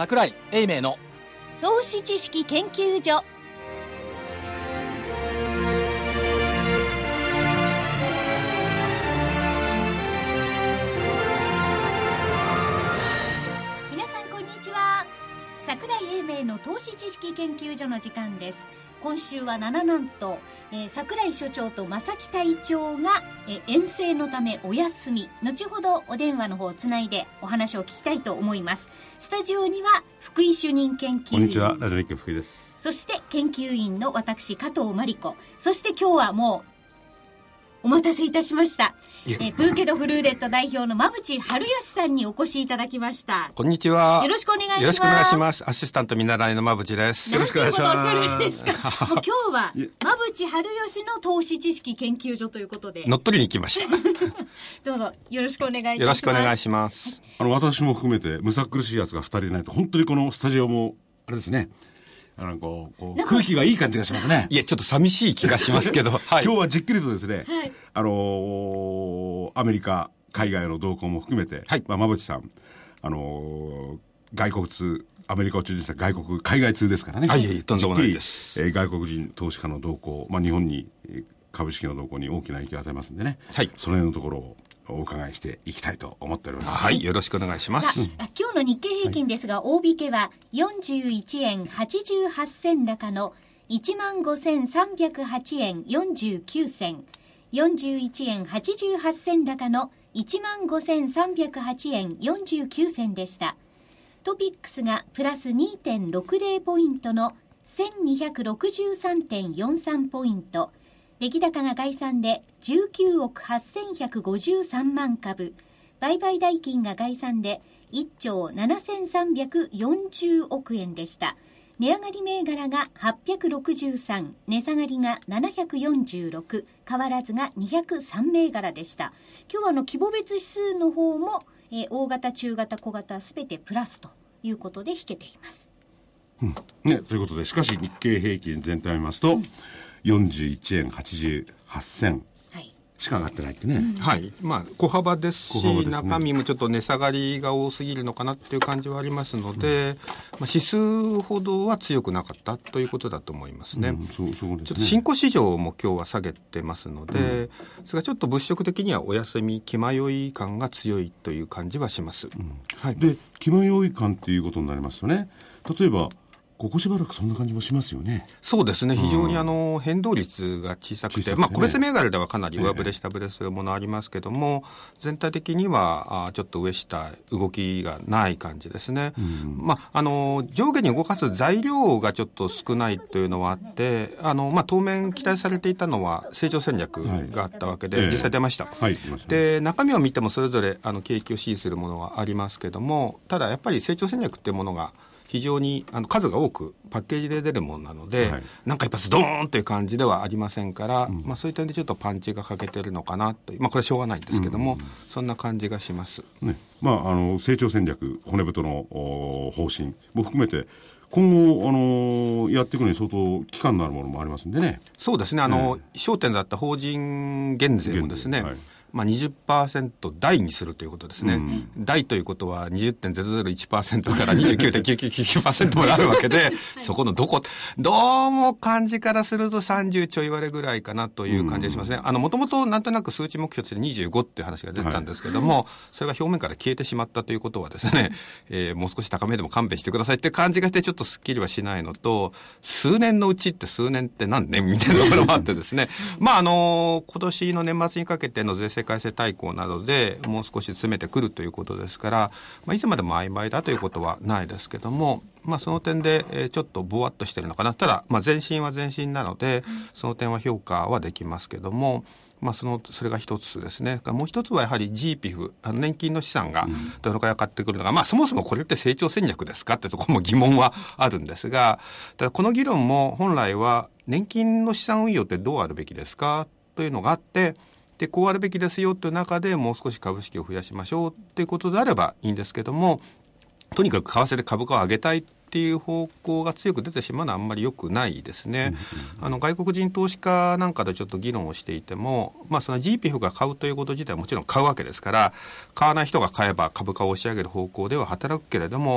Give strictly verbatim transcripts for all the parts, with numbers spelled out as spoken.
櫻井英明の投資知識研究所。皆さんこんにちは。櫻井英明の投資知識研究所の時間です。今週はなななんと、えー、櫻井所長と正木隊長が、えー、遠征のためお休み。後ほどお電話の方をつないでお話を聞きたいと思います。スタジオには福井主任研究員、 こんにちは、ラジオ日経福井です。 そして研究員の私加藤真理子、そして今日はもうお待たせいたしました。えブーケドフルーレット代表の馬淵春吉さんにお越しいただきました。 こんにちは。 よろしくお願いします。 よろしくお願いします。アシスタント見習いの馬淵です。 よろしくお願いします。なんていうことをおっしゃるんですか。もう今日は馬淵春吉の投資知識研究所ということで乗っ取りに来ましたどうぞよろしくお願いいたします。 よろしくお願いします。 あの私も含めてむさ苦しいやつがふたりいないと本当にこのスタジオもあれですね、なんかこうこう空気がいい感じがしますね。 いやちょっと寂しい気がしますけど、はい、 今日はじっくりとですね、 はい、 あのー、アメリカ海外の動向も含めて、はい、まあ、馬淵さん、あのー、外国通アメリカを中心とした外国海外通ですからね、 はい、とんでもないです。 えー、外国人投資家の動向、まあ、日本に株式の動向に大きな影響を与えますんでね、はい、その辺のところをお伺いしていきたいと思っております。 はい、よろしくお願いします。 あ、今日の日経平均ですが、はい、大引けはよんじゅういちえんはちじゅうはち銭高の いちまんごせんさんびゃくはちえんよんじゅうきゅう銭、よんじゅういちえんはちじゅうはち銭高の いちまんごせんさんびゃくはちえんよんじゅうきゅう銭でした。トピックスがプラス にてんろくゼロ ポイントの せんにひゃくろくじゅうさんてんよんさん ポイント、出来高が概算でじゅうきゅうおくはっせんひゃくごじゅうさんまん株、売買代金が概算でいっちょうななせんさんびゃくよんじゅうおくえんでした。値上がり銘柄がはっぴゃくろくじゅうさん、値下がりがななひゃくよんじゅうろく、変わらずがにひゃくさん銘柄でした。今日はあの規模別指数の方も、えー、大型中型小型すべてプラスということで引けています、 うんね、ということでしかし日経平均全体を見ますと、うん、よんじゅういちえんはちじゅうはち銭しか上がってないってね、うん、 はい、まあ小幅ですし、ね、中身もちょっと値下がりが多すぎるのかなっていう感じはありますので、うん、まあ、指数ほどは強くなかったということだと思いますね、うん、そうそうですね。ちょっと新興市場も今日は下げてますので、うん、それがちょっと物色的にはお休み気迷い感が強いという感じはします、うん、 はい、で気迷い感っていうことになりますとね、例えばここしばらくそんな感じもしますよね。 そうですね、非常にあの変動率が小さくて、小さくてね、まあ、個別銘柄ではかなり上振れ下振れするものありますけども、ええ、全体的にはあちょっと上下動きがない感じですね、うん、まあ、あの上下に動かす材料がちょっと少ないというのはあって、あの、まあ、当面期待されていたのは成長戦略があったわけで、はい、実際出ました、ええ、はい、出ましたね。で中身を見てもそれぞれあの景気を支持するものはありますけども、ただやっぱり成長戦略っていうものが非常にあの数が多くパッケージで出るものなので、はい、なんかやっぱスドーンという感じではありませんから、うん、まあ、そういった点でちょっとパンチが欠けてるのかなという、まあ、これはしょうがないんですけども、うん、そんな感じがします、 ね。まあ、あの成長戦略骨太の方針も含めて今後、あのやっていくのに相当期間のあるものもありますんでね。 そうですね、あの、えー、焦点だった法人減税もですね、はい、まあ、にじゅっパーセント 台にするということですね、うん、台ということは にじゅってんゼロゼロいちパーセント から にじゅうきゅうてんきゅうきゅうきゅうパーセント まであるわけで、はい、そこのどこどうも感じからするとさんじゅうちょい割れぐらいかなという感じがしますね。もともとなんとなく数値目標としてにじゅうごっていう話が出てたんですけども、はい、それが表面から消えてしまったということはですね、えー、もう少し高めでも勘弁してくださいって感じがしてちょっとすっきりはしないのと、数年のうちって数年って何年みたいなところもあってですねまああのー、今年の年末にかけての税制改正大綱などでもう少し詰めてくるということですから、まあ、いつまでも曖昧だということはないですけども、まあ、その点で、えー、ちょっとぼわっとしてるのかな。ただ、まあ、前進は前進なのでその点は評価はできますけども、まあ、そのそれが一つですね。もう一つはやはり ジーピフ、あの年金の資産がどのくらい上がってくるのか、まあ、そもそもこれって成長戦略ですかってところも疑問はあるんですが、ただこの議論も本来は年金の資産運用ってどうあるべきですかというのがあって、でこうあるべきですよという中でもう少し株式を増やしましょうということであればいいんですけども、とにかく為替で株価を上げたいっていう方向が強く出てしまうのはあんまり良くないですね、うんうん、あの外国人投資家なんかでちょっと議論をしていても、まあ、その ジーピーエフ が買うということ自体はもちろん買うわけですから、買わない人が買えば株価を押し上げる方向では働くけれども、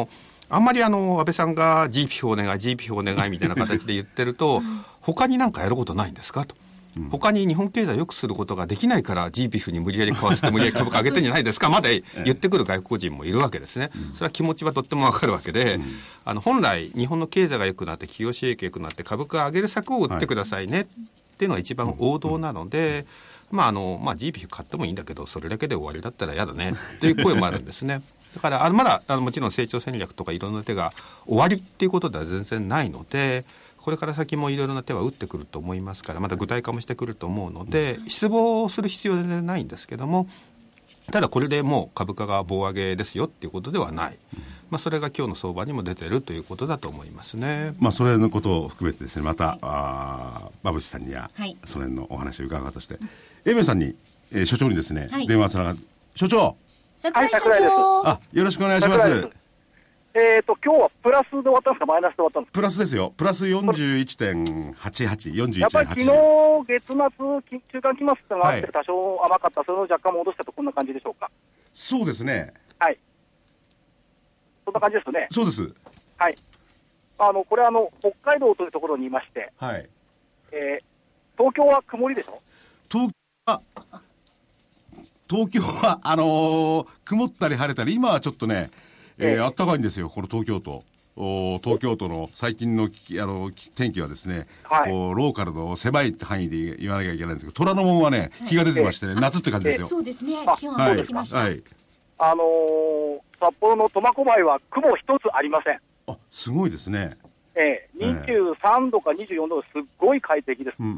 あんまりあの安倍さんが ジーピーエフ お願い ジーピーエフ お願いみたいな形で言ってると他に何かやることないんですかと、うん、他に日本経済を良くすることができないから ジーピーエフ に無理やり買わせて無理やり株価上げてるんじゃないですかまで言ってくる外国人もいるわけですね。それは気持ちはとってもわかるわけで、うん、あの本来日本の経済が良くなって企業収益が良くなって株価を上げる策を打ってくださいね、はい、っていうのが一番王道なので、まああのまあ、ジーピーエフ 買ってもいいんだけどそれだけで終わりだったら嫌だねという声もあるんですね。だからあのまだあのもちろん成長戦略とかいろんな手が終わりっていうことでは全然ないので、これから先もいろいろな手は打ってくると思いますから、また具体化もしてくると思うので失望する必要は全然ないんですけども、ただこれでもう株価が棒上げですよっていうことではない、まあ、それが今日の相場にも出てるということだと思いますね。 まあ、それのことを含めてですね、またあ馬渕さんにはその辺のお話を伺うとして、はい、英明さんに、えー、所長にですね、はい、電話つながって、所長、 櫻井所長、 あ、よろしくお願いします。 えーと、今日はプラスで終わったんですか、マイナスで終わったんですか。 プラスですよ。プラス よんじゅういってんはちはち、よんじゅういってんはち。 やっぱり昨日月末中間期末があって多少甘かった、はい、それを若干戻したとこんな感じでしょうか。 そうですね。 はい。そんな感じですね。 そうです。 はい。あのこれあの北海道というところにいまして、 はい。 えー、東京は曇りでしょ。 東京は東京はあのー、曇ったり晴れたり、今はちょっとね。えー、あったかいんですよ、この東京都。お東京都の最近の、あの天気はですね、はい、こうローカルの狭い範囲で言わなきゃいけないんですけど、虎ノ門はね、日が出てましてね、えー、夏って感じですよ。 そうですね、気温が出てきました。はいはい、 あのー、札幌の苫小牧は雲一つありません。 あ、すごいですね。 えー、にじゅうさんどかにじゅうよんどですっごい快適です。うんうんうん、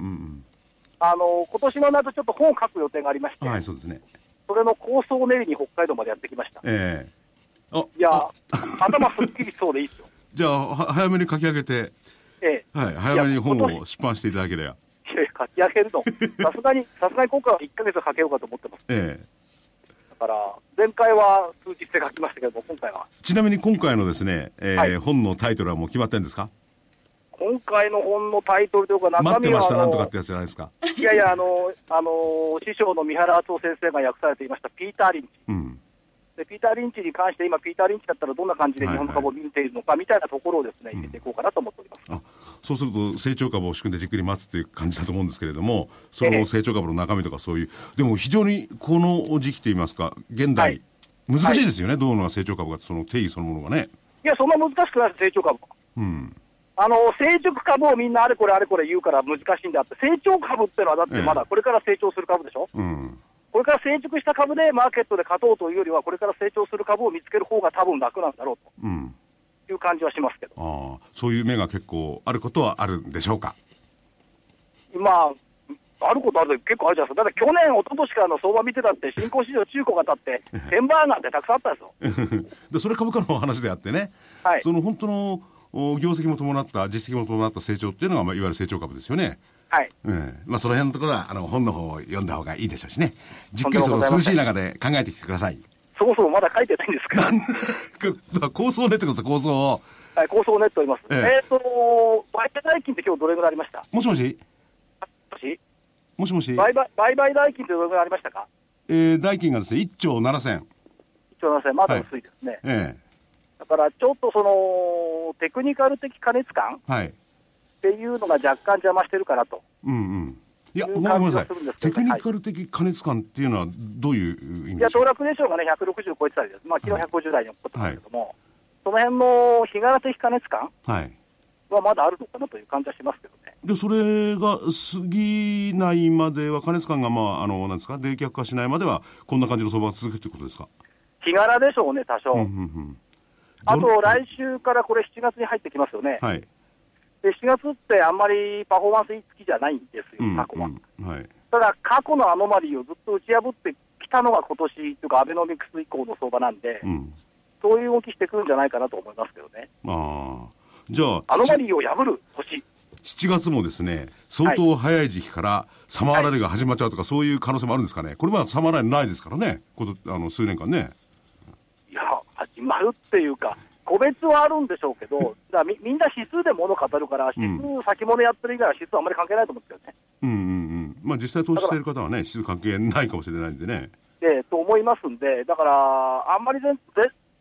あのー、今年の夏ちょっと本を書く予定がありまして、 はい、そうですね。 それの構想を練りに北海道までやってきました。 えーいや頭すっきりしそうでいいですよ。 じゃあ早めに書き上げて、ええ、はい、早めに本を出版していただければ。 いや書き上げるのさすがにさすがに今回はいっかげつかけようかと思ってます、 ええ、 だから前回は数日で書きましたけども、今回は。 ちなみに今回のですね、えーはい、本のタイトルはもう決まってるんですか。 今回の本のタイトルというか中身は、 待ってましたなんとかってやつじゃないですか。 いやいや、あのあの師匠の三原敦夫先生が訳されていましたピーター・リンチ、うん、でピーター・リンチに関して今ピーター・リンチだったらどんな感じで日本の株を見ているのかみたいなところをですね、はいはい、入れていこうかなと思っております、うん、あそうすると成長株を仕組んでじっくり待つという感じだと思うんですけれども、その成長株の中身とかそういう、でも非常にこの時期といいますか現代、はい、難しいですよね、はい、どういうのが成長株かその定義そのものがね。 いやそんな難しくないです、成長株、うん、あの成熟株をみんなあれこれあれこれ言うから難しいんであって、成長株ってのはだってまだこれから成長する株でしょ、ええ、うんこれから成熟した株でマーケットで勝とうというよりは、これから成長する株を見つける方が多分楽なんだろうと、うん、いう感じはしますけど。 あそういう目が結構あることはあるんでしょうか。 まああることあるで結構あるじゃないですか。だって去年、一昨年からの相場見てたって、新興市場、中古が立って、テンバーなんてたくさんあったんですよ。 でそれ株価の話であってね、はい、その本当の業績も伴った、実績も伴った成長っていうのが、まあ、いわゆる成長株ですよね。はいうんまあ、その辺のところはあの本の方を読んだ方がいいでしょうしね、じっくりその涼しい中で考えてきてください。 そもそもまだ書いてないんですか構想を練ってください、構想を。 はい、構想を練っております。えー、えーと売買代金って今日どれぐらいありました。 もしもしもしもしもし売買売買代金ってどれぐらいありましたか。 えー、代金がですねいっちょうななせん。いっちょうななせん、まだ薄いですね、はいえー、だからちょっとそのテクニカル的過熱感、はいっていうのが若干邪魔してるかなと。うんうん。いや、ごめんなさい。テクニカル的過熱感っていうのはどういう意味でしょうか。いや、騰落レーションがね、ひゃくろくじゅう超えてたりです。まあ、昨日ひゃくごじゅうだいに起こってますけども、はい、その辺の日柄的過熱感はまだあるのかなという感じはしますけどね。 で、それが過ぎないまでは、過熱感がまあ、あの、なんですか、冷却化しないまでは、こんな感じの相場が続くということですか。 日柄でしょうね、多少。うんうんうん、あと、来週からこれしちがつに入ってきますよね。はい。でしちがつってあんまりパフォーマンスいい月じゃないんですよ、過去は、うんうんはい、ただ過去のアノマリーをずっと打ち破ってきたのが今年というかアベノミクス以降の相場なんで、うん、そういう動きしてくるんじゃないかなと思いますけどね。あじゃあアノマリーを破る年しちがつもですね相当早い時期からサマーラリーが始まっちゃうとか、はい、そういう可能性もあるんですかね。これはサマーラリーないですからね、ことあの数年間ね。 いや始まるっていうか個別はあるんでしょうけど、だみ, みんな指数で物語るから、指数先物やってる以外は指数はあんまり関係ないと思うんですよね。うんうんうん。 まあ実際投資している方はね、指数関係ないかもしれないんでね。 でと思いますんで、だからあんまり全然フ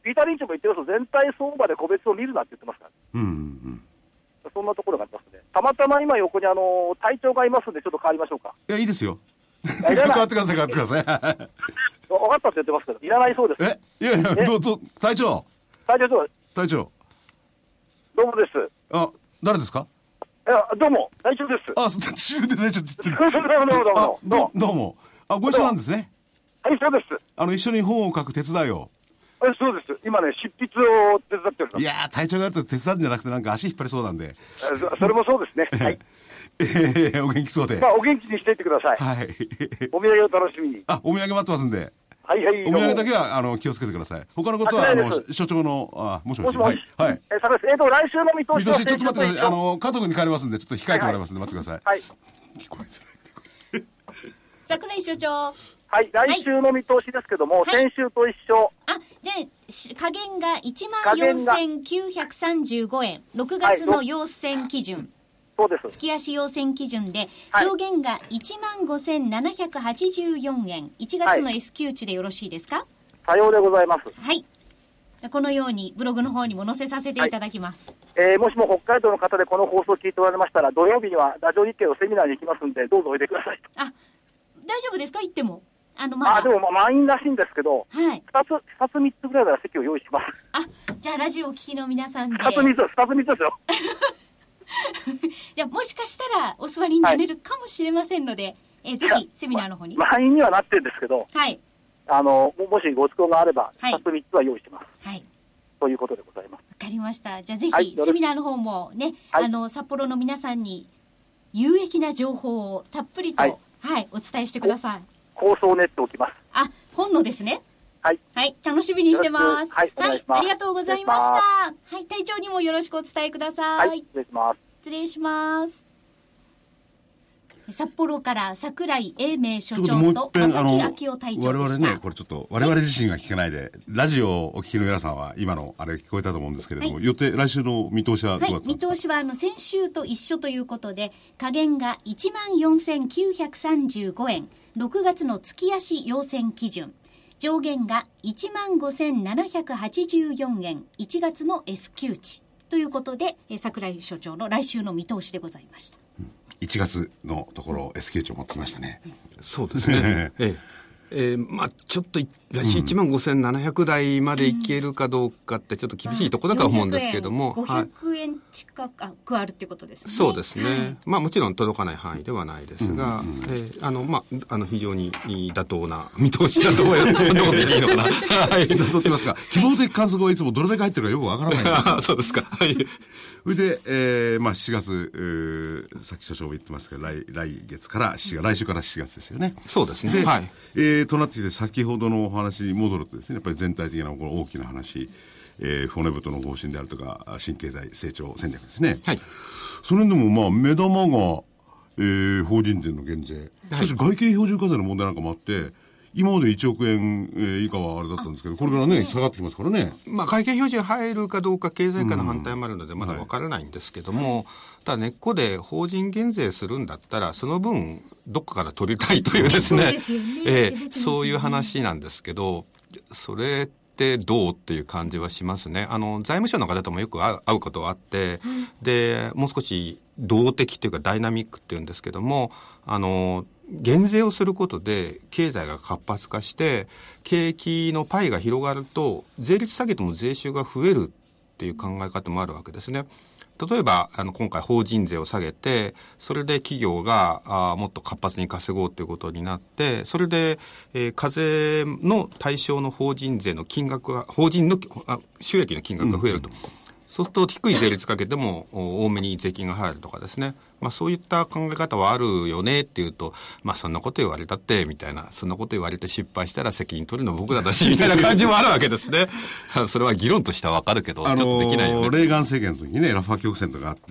ピーター・リンチも言ってますと、全体相場で個別を見るなって言ってますから、 うんうんうん、 そんなところがありますね。たまたま今横にあの隊長がいますんで、ちょっと変わりましょうか。 いや、いいですよ。変わってください、変わってください。分かったって言ってますけど、いらないそうです。 えいやいや、どうぞ、隊長。 隊長、どう隊長。 どうもです。 あ、誰ですか？ いや、どうも、隊長です。 あ、自分で隊長って言ってる。 どうもどうもどうも。 どどうも。あ、ご一緒なんですね。 はい、そうです。 あの、一緒に本を書く手伝いを。 え、そうです。今ね、執筆を手伝ってるんです。 いやー、隊長がやると手伝うんじゃなくて、なんか足引っ張りそうなんで。 そ, それもそうですね。はい。 えー、お元気そうで。 まあ、お元気にしていってください。 はい。 お土産を楽しみに。 あ、お土産待ってますんで。 はいはい。 お土産だけは、あの、気をつけてください。他のことは、あの、所長の、あ、もしもし。はい。はい。 え、さです。えっと、来週の見通し。 見通し、ちょっと待ってください。あの、家族に帰りますんで、ちょっと控えてもらいますんで、待ってください。 はい。 聞こえづらい。 櫻井所長。 はい、来週の見通しですけども、先週と一緒。 あ、じゃあ、下限がいちまんよんせんきゅうひゃくさんじゅうごえん。ろくがつの要線基準。 そうです。 月足要線基準で、上限がいちまんごせんななひゃくはちじゅうよんえん。いちがつの S q 値でよろしいですか？ さようでございます。 はい。このようにブログの方にも載せさせていただきます。 はい、えー、もしも北海道の方でこの放送を聞いておられましたら、土曜日にはラジオ日経のセミナーに行きますんで、どうぞおいでください。 あ、大丈夫ですか？行っても。あの、まだ。 あ、でも満員らしいんですけど、 はい。 二つ、二つ三つぐらいなら席を用意します。 あ、じゃあラジオをお聞きの皆さんで。 二つ三つです、二つ三つですよ。 いや、もしかしたらお座りになれるかもしれませんので、はい、えぜひセミナーの方に。 満員にはなってるんですけど、 はい。 あの、もしご都合があれば、二つ三つは用意してます。 はい。 ということでございます。 わかりました。じゃあぜひ、はい、セミナーの方もね、はい、あの、札幌の皆さんに有益な情報をたっぷりと、はい、はい、お伝えしてください。 構想を練っておきます。 あ、本のですね。 はい。 はい、楽しみにしてます。 はい、 はい、ありがとうございました。はい、隊長にもよろしくお伝えください。 はい、失礼します。 失礼します。札幌から櫻井英明所長と正木明夫隊長でした。 我々ね、これちょっと我々自身が聞かないで、ラジオをお聞きの皆さんは今のあれ聞こえたと思うんですけれども、はい、予定来週の見通しはどうだったんですか？はい、 見通しはあの先週と一緒ということで、下限がいちまんよんせんきゅうひゃくさんじゅうごえん、ろくがつの月足要線基準。上限がいちまんごせんななひゃくはちじゅうよんえん、いちがつの S q 値ということで、櫻井所長の来週の見通しでございました。 うん、いちがつのところ S q 値を持ってきましたね。 うん、そうですね。えええー、まあちょっと来週いちまんごせんななひゃくだいまでいけるかどうかってちょっと厳しいところだと思うんですけども、 ごひゃくえん近くあるってことですね。 そうですね。はい、まあもちろん届かない範囲ではないですが、うんうん、えー、あのまああの非常に妥当な見通しだと思います。そんなことでいいのかな。はい。 妥当ってますか。希望的観測はいつもどれだけ入ってるかよくわからないんです。 そうですか。はい。 それで、えー、まあしちがつ、えー、さっき所長も言ってますけど、来来月からしちがつ、来週からしちがつですよね。 そうですね。はい。 えー、となってきて先ほどのお話に戻るとですね、やっぱり全体的なこの大きな話、えー、骨太の方針であるとか新経済成長戦略ですね。はい。それでもまあ目玉が、えー、法人税の減税、はい、そして外形標準課税の問題なんかもあって。今までいちおくえん、えー、以下はあれだったんですけど、これからね、下がってきますからね。 まあ、会計標準入るかどうか、経済界の反対もあるので、まだわからないんですけども、はい、ただ根っこで法人減税するんだったら、その分、どっかから取りたいというですね、そうですよね、えー、そういう話なんですけど、それってどうっていう感じはしますね。あの、財務省の方ともよく会う、会うことがあって、うん、で、もう少し動的というかダイナミックっていうんですけども、あの、減税をすることで経済が活発化して景気のパイが広がると税率下げても税収が増えるっていう考え方もあるわけですね。例えばあの今回法人税を下げてそれで企業があもっと活発に稼ごうということになってそれで、えー、課税の対象の法人税の金額が法人のあ収益の金額が増えると、うん、そうすると低い税率かけても多めに税金が入るとかですね、まあ、そういった考え方はあるよねっていうと、まあ、そんなこと言われたってみたいな、そんなこと言われて失敗したら責任取るの僕らだしみたいな感じもあるわけですね。それは議論としてはわかるけど、ちょっとできないよね。 レーガン政権の時にね、ラファ曲線とかあって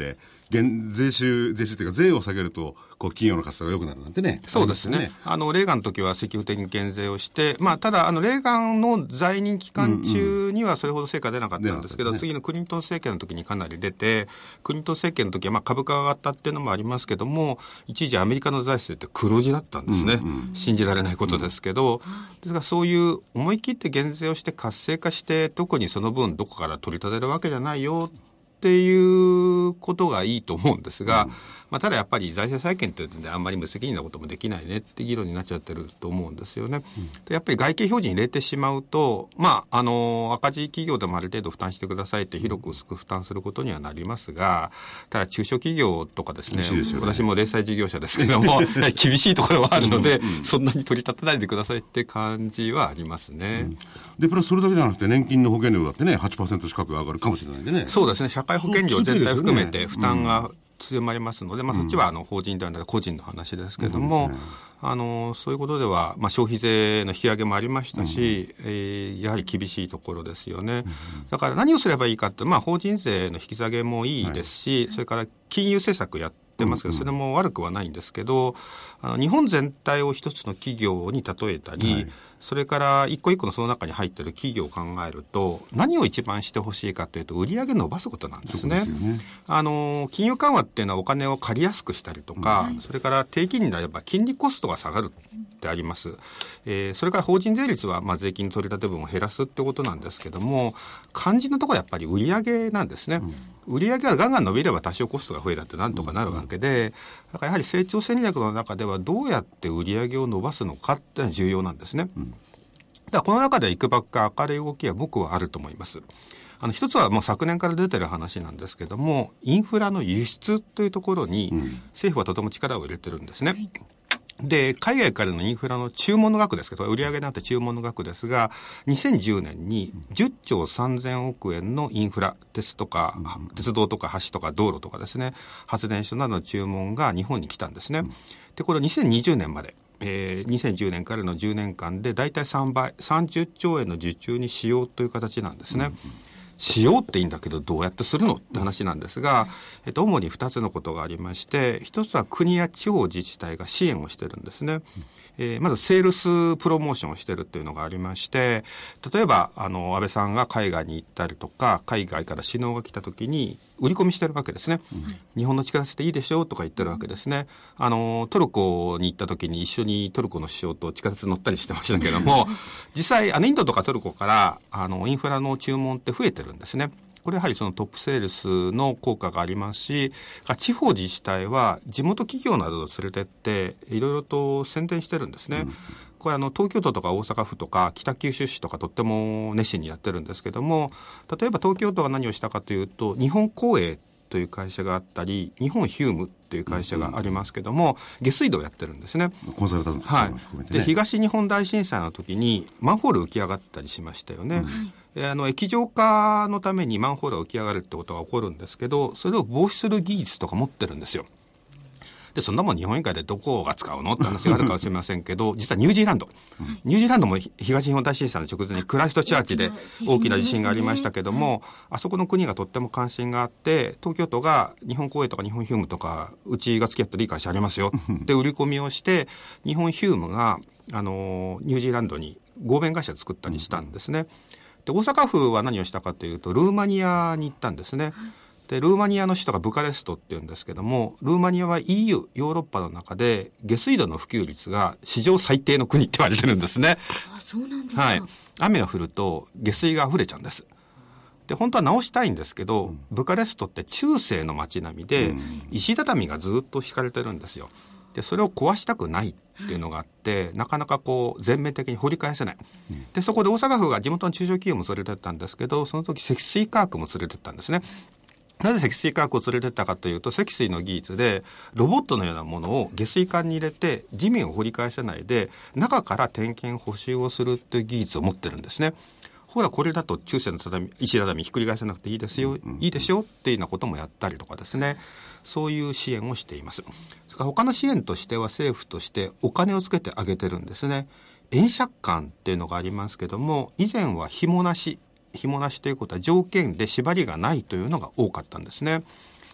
税収、税収というか税を下げると、こう企業の活性が良くなるなんてね。 そうですね。あの、レーガンの時は積極的に減税をして、まあ、ただ、あの、レーガンの在任期間中にはそれほど成果出なかったんですけど、うんうん、次のクリントン政権の時にかなり出て、クリントン政権の時は、まあ、株価が上がったっていうのもありますけども、一時アメリカの財政って黒字だったんですね。うんうん、信じられないことですけど、うん、ですからそういう思い切って減税をして活性化して、特にその分どこから取り立てるわけじゃないよ、っていうことがいいと思うんですが、うん、まあ、ただやっぱり財政再建というのであんまり無責任なこともできないねって議論になっちゃってると思うんですよね。うん、でやっぱり外形表示に入れてしまうと、まあ、あの赤字企業でもある程度負担してくださいって広く薄く負担することにはなりますが、ただ中小企業とかですね、ですよね、私も零細事業者ですけども厳しいところはあるので、うんうん、そんなに取り立てないでくださいって感じはありますね。うん、 でプラスそれだけじゃなくて年金の保険料だってね はちパーセント 近く上がるかもしれないんでね。 そうですね、社会保険料全体含めて負担が強まりますので、まあ、そっちはあの法人ではなく個人の話ですけれども、うんうん、あのそういうことでは、まあ、消費税の引き上げもありましたし、うん、えー、やはり厳しいところですよね。うん、だから何をすればいいかって、まあ、法人税の引き下げもいいですし、はい、それから金融政策やってますけど、それも悪くはないんですけど、あの日本全体を一つの企業に例えたり、はい、それから一個一個のその中に入っている企業を考えると、何を一番してほしいかというと売り上げ伸ばすことなんですね。そうですよね。あの金融緩和っていうのはお金を借りやすくしたりとか、はい、それから低金利になれば金利コストが下がるってあります。えー、それから法人税率はまあ税金の取り立て分を減らすってことなんですけども、肝心のところはやっぱり売り上げなんですね。うん、売り上げがガンガン伸びれば多少コストが増えたってなんとかなるわけで、だからやはり成長戦略の中ではどうやって売り上げを伸ばすのかっていうのは重要なんですね。うん、だからこの中でいくばくか明るい動きは僕はあると思います。あの一つはもう昨年から出てる話なんですけども、インフラの輸出というところに政府はとても力を入れてるんですね。うんで、海外からのインフラの注文の額ですけど、売上なんて注文の額ですが、にせんじゅうねんにじゅっちょうさんぜんおくえんのインフラ、鉄とか、うん、鉄道とか橋とか道路とかですね、発電所などの注文が日本に来たんですね。うん、で、これにせんにじゅうねんまで、えー、にせんじゅうねんからのじゅうねんかんでだいたいさんばい、さんじゅっちょうえんの受注にしようという形なんですね。うん、しようっていいんだけどどうやってするのって話なんですが、えっと、主にふたつのことがありまして、ひとつは国や地方自治体が支援をしてるんですね。えー、まずセールスプロモーションをしてるっていうのがありまして、例えばあの安倍さんが海外に行ったりとか、海外から首脳が来た時に売り込みしてるわけですね。うん、日本の力していいでしょうとか言ってるわけですね。あのトルコに行った時に一緒にトルコの首相と地下鉄乗ったりしてましたけども実際あのインドとかトルコからあのインフラの注文って増えてるんですね。これやはりそのトップセールスの効果がありますし、地方自治体は地元企業などを連れてっていろいろと宣伝してるんですね。うん、これあの東京都とか大阪府とか北九州市とかとっても熱心にやってるんですけども、例えば東京都が何をしたかというと、日本公営という会社があったり、日本ヒュームという会社がありますけども、うん、下水道をやってるんですね。 コンサルタントも含めてね。 はい。で、東日本大震災の時にマンホール浮き上がったりしましたよね。うん、あの液状化のためにマンホールが浮き上がるってことが起こるんですけど、それを防止する技術とか持ってるんですよ。で、そんなもん日本以外でどこが使うのって話があるかもしれませんけど実はニュージーランド、うん、ニュージーランドも東日本大震災の直前にクライストチャーチで大きな地震がありましたけども、あそこの国がとっても関心があって、東京都が日本公営とか日本ヒュームとかうちが付き合ってるいい会社ありますよって売り込みをして、日本ヒュームがあのニュージーランドに合弁会社作ったりしたんですね。で、大阪府は何をしたかというと、ルーマニアに行ったんですね。で、ルーマニアの首都がブカレストっていうんですけども、ルーマニアは イーユー ヨーロッパの中で下水道の普及率が史上最低の国って言われてるんですね。 あ、そうなんですか。 はい。雨が降ると下水が溢れちゃうんです。で、本当は直したいんですけど、うん、ブカレストって中世の街並みで、うん、石畳がずっと引かれてるんですよ。で、それを壊したくないっていうのがあって、なかなかこう全面的に掘り返せない。うん、で、そこで大阪府が地元の中小企業も連れてったんですけど、その時積水化学も連れてったんですね。なぜ積水化学を連れてったかというと、積水の技術でロボットのようなものを下水管に入れて地面を掘り返さないで中から点検補修をするという技術を持ってるんですね。ほら、これだと中世の畳石畳ひっくり返さなくていいですよ、いいでしょっていうようなこともやったりとかですね、そういう支援をしています。それから他の支援としては政府としてお金をつけてあげてるんですね。円借款っていうのがありますけども、以前は紐なし紐なしということは条件で縛りがないというのが多かったんですね。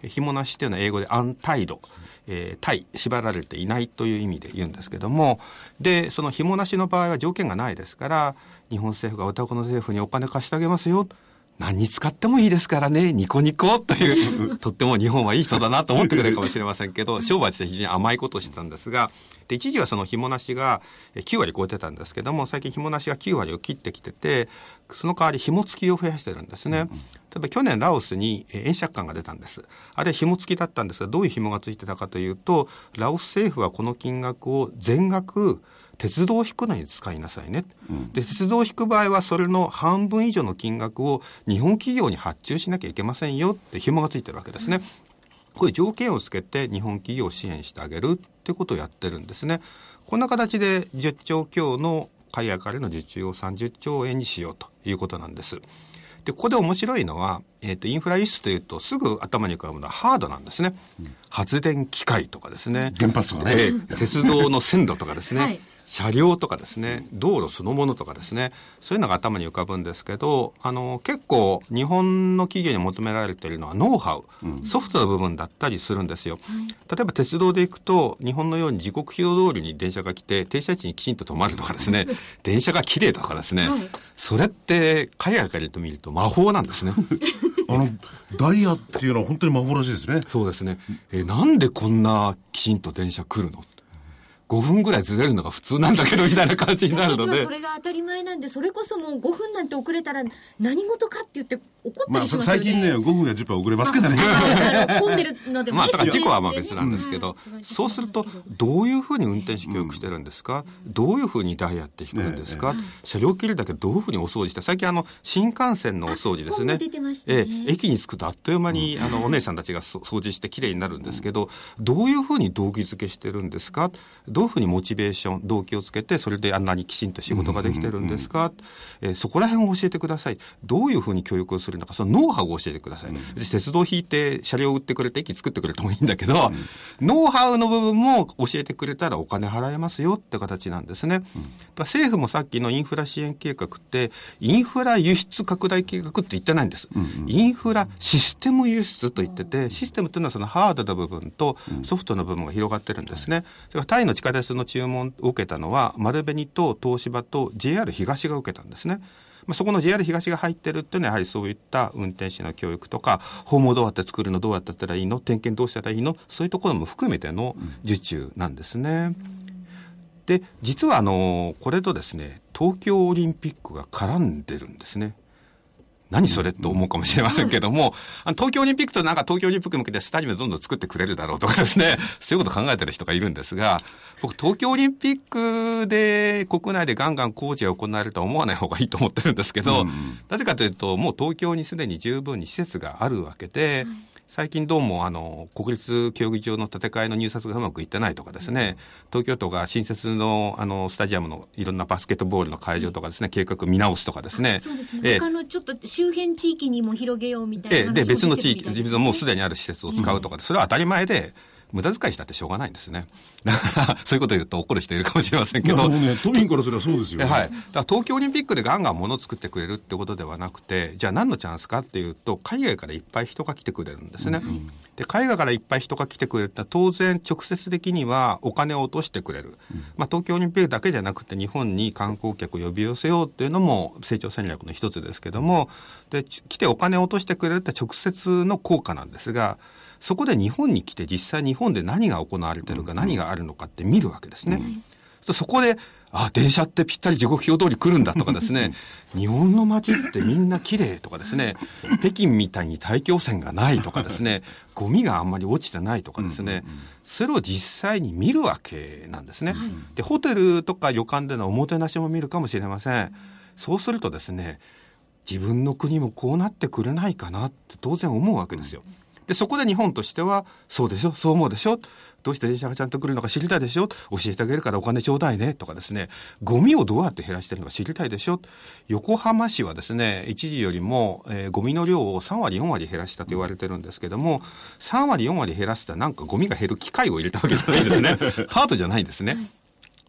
紐なしというのは英語でアンタイド、えー、タイ、縛られていないという意味で言うんですけども、でその紐なしの場合は条件がないですから、日本政府がお宅の政府にお金貸してあげますよ、何に使ってもいいですからね、ニコニコというとっても日本はいい人だなと思ってくれるかもしれませんけど、商売として非常に甘いことをしてたんですが、で一時はその紐なしがきゅうわり超えてたんですけども、最近紐なしがきゅうわりを切ってきてて、その代わり紐付きを増やしてるんですね。例えば去年ラオスに円借款が出たんです。あれは紐付きだったんですが、どういう紐が付いてたかというと、ラオス政府はこの金額を全額鉄道を引くのに使いなさいね、うん、で鉄道を引く場合はそれの半分以上の金額を日本企業に発注しなきゃいけませんよって紐がついてるわけですね、うん、こういう条件をつけて日本企業を支援してあげるってことをやってるんですね。こんな形でじゅっちょう強の海外からの受注をさんじゅっちょうえんにしようということなんです。でここで面白いのは、えーと、インフラ輸出というとすぐ頭に浮かぶのはハードなんですね、うん、発電機械とかですね、 原発とかね、 えー、鉄道の線路とかですね、はい、車両とかですね、道路そのものとかですね、そういうのが頭に浮かぶんですけど、あの結構日本の企業に求められているのはノウハウ、うん、ソフトの部分だったりするんですよ、うん、例えば鉄道で行くと日本のように時刻表通りに電車が来て停車位置にきちんと止まるとかですね電車が綺麗とかですね、はい、それって海外から見ると魔法なんですねあのダイヤっていうのは本当に幻ですね。 そうですね。えなんでこんなきちんと電車来るの、ごふんぐらいずれるのが普通なんだけどみたいな感じになるので、 それが当たり前なんで、それこそもうごふんなんて遅れたら何事かって言って怒ったりしますよね、まあ、 最近ねごふんやじゅっぷん遅れますけどね混んでるのでもね、まあ、だから事故はまあ別なんですけど、うん、そうするとどういうふうに運転士教育してるんですか、うん、どういうふうにダイヤって引くんですか、ね、車両切るだけどういうふうにお掃除して、最近あの新幹線のお掃除ですね、 出てましたね、 え駅に着くとあっという間に、うん、あのお姉さんたちが掃除してきれいになるんですけど、どういうふうに動機づけしてるんですか、どういうふうにモチベーション動機をつけてそれであんなにきちんと仕事ができてるんですか、えー、そこら辺を教えてください、どういうふうに教育をするのか、そのノウハウを教えてください、うん、鉄道を引いて車両を売ってくれて駅作ってくれてもいいんだけど、うん、ノウハウの部分も教えてくれたらお金払えますよって形なんですね、うん、政府もさっきのインフラ支援計画ってインフラ輸出拡大計画って言ってないんです、うんうん、インフラシステム輸出と言ってて、システムというのはそのハードな部分とソフトの部分が広がってるんですね、うん、それからタイの地下鉄の注文を受けたのは丸紅と東芝と ジェイアール 東が受けたんですね。まあ、そこの ジェイアール 東が入ってるっていうのはやはりそういった運転士の教育とか、訪問どうやって作るの、どうやってやったらいいの、点検どうしたらいいの、そういうところも含めての受注なんですね、うん、で実はあのこれとですね東京オリンピックが絡んでるんですね。何それと思うかもしれませんけども、あの東京オリンピックとなんか東京オリンピック向けてスタジアムどんどん作ってくれるだろうとかですね、そういうこと考えてる人がいるんですが、僕東京オリンピックで国内でガンガン工事が行われるとは思わない方がいいと思ってるんですけど、うんうん、なぜかというともう東京にすでに十分に施設があるわけで、うん最近どうもあの国立競技場の建て替えの入札がうまくいってないとかですね、東京都が新設 の, あのスタジアムのいろんなバスケットボールの会場とかですね、計画見直すとかですね、 そうですね、えー、他のちょっと周辺地域にも広げようみたいな話も出てるみたいですね、で別の地域、自分もうすでにある施設を使うとか、うん、それは当たり前で無駄遣いしたってしょうがないんですね。だからそういうことを言うと怒る人いるかもしれませんけど、 もうね、都民からすればそうですよね、 はい、だから東京オリンピックでガンガン物を作ってくれるってことではなくて、じゃあ何のチャンスかっていうと、海外からいっぱい人が来てくれるんですね、うん、で海外からいっぱい人が来てくれるって当然直接的にはお金を落としてくれる、うんまあ、東京オリンピックだけじゃなくて日本に観光客を呼び寄せようっていうのも成長戦略の一つですけども、で来てお金を落としてくれるって直接の効果なんですが、そこで日本に来て実際日本で何が行われているか、うん、何があるのかって見るわけですね、うん、そこであ電車ってぴったり時刻表通り来るんだとかですね日本の街ってみんな綺麗とかですね北京みたいに大気汚染がないとかですねゴミがあんまり落ちてないとかですね、うんうんうん、それを実際に見るわけなんですね、はい、でホテルとか旅館でのおもてなしも見るかもしれません、うん、そうするとですね自分の国もこうなってくれないかなって当然思うわけですよ。でそこで日本としてはそうでしょ、そう思うでしょ、どうして電車がちゃんと来るのか知りたいでしょ、教えてあげるからお金ちょうだいねとかですね、ゴミをどうやって減らしてるのか知りたいでしょ。横浜市はですね一時よりも、えー、ゴミの量をさんわりよんわり減らしたと言われてるんですけども、さんわりよんわり減らしたらなんかゴミが減る機械を入れたわけじゃないんですねハードじゃないんですね。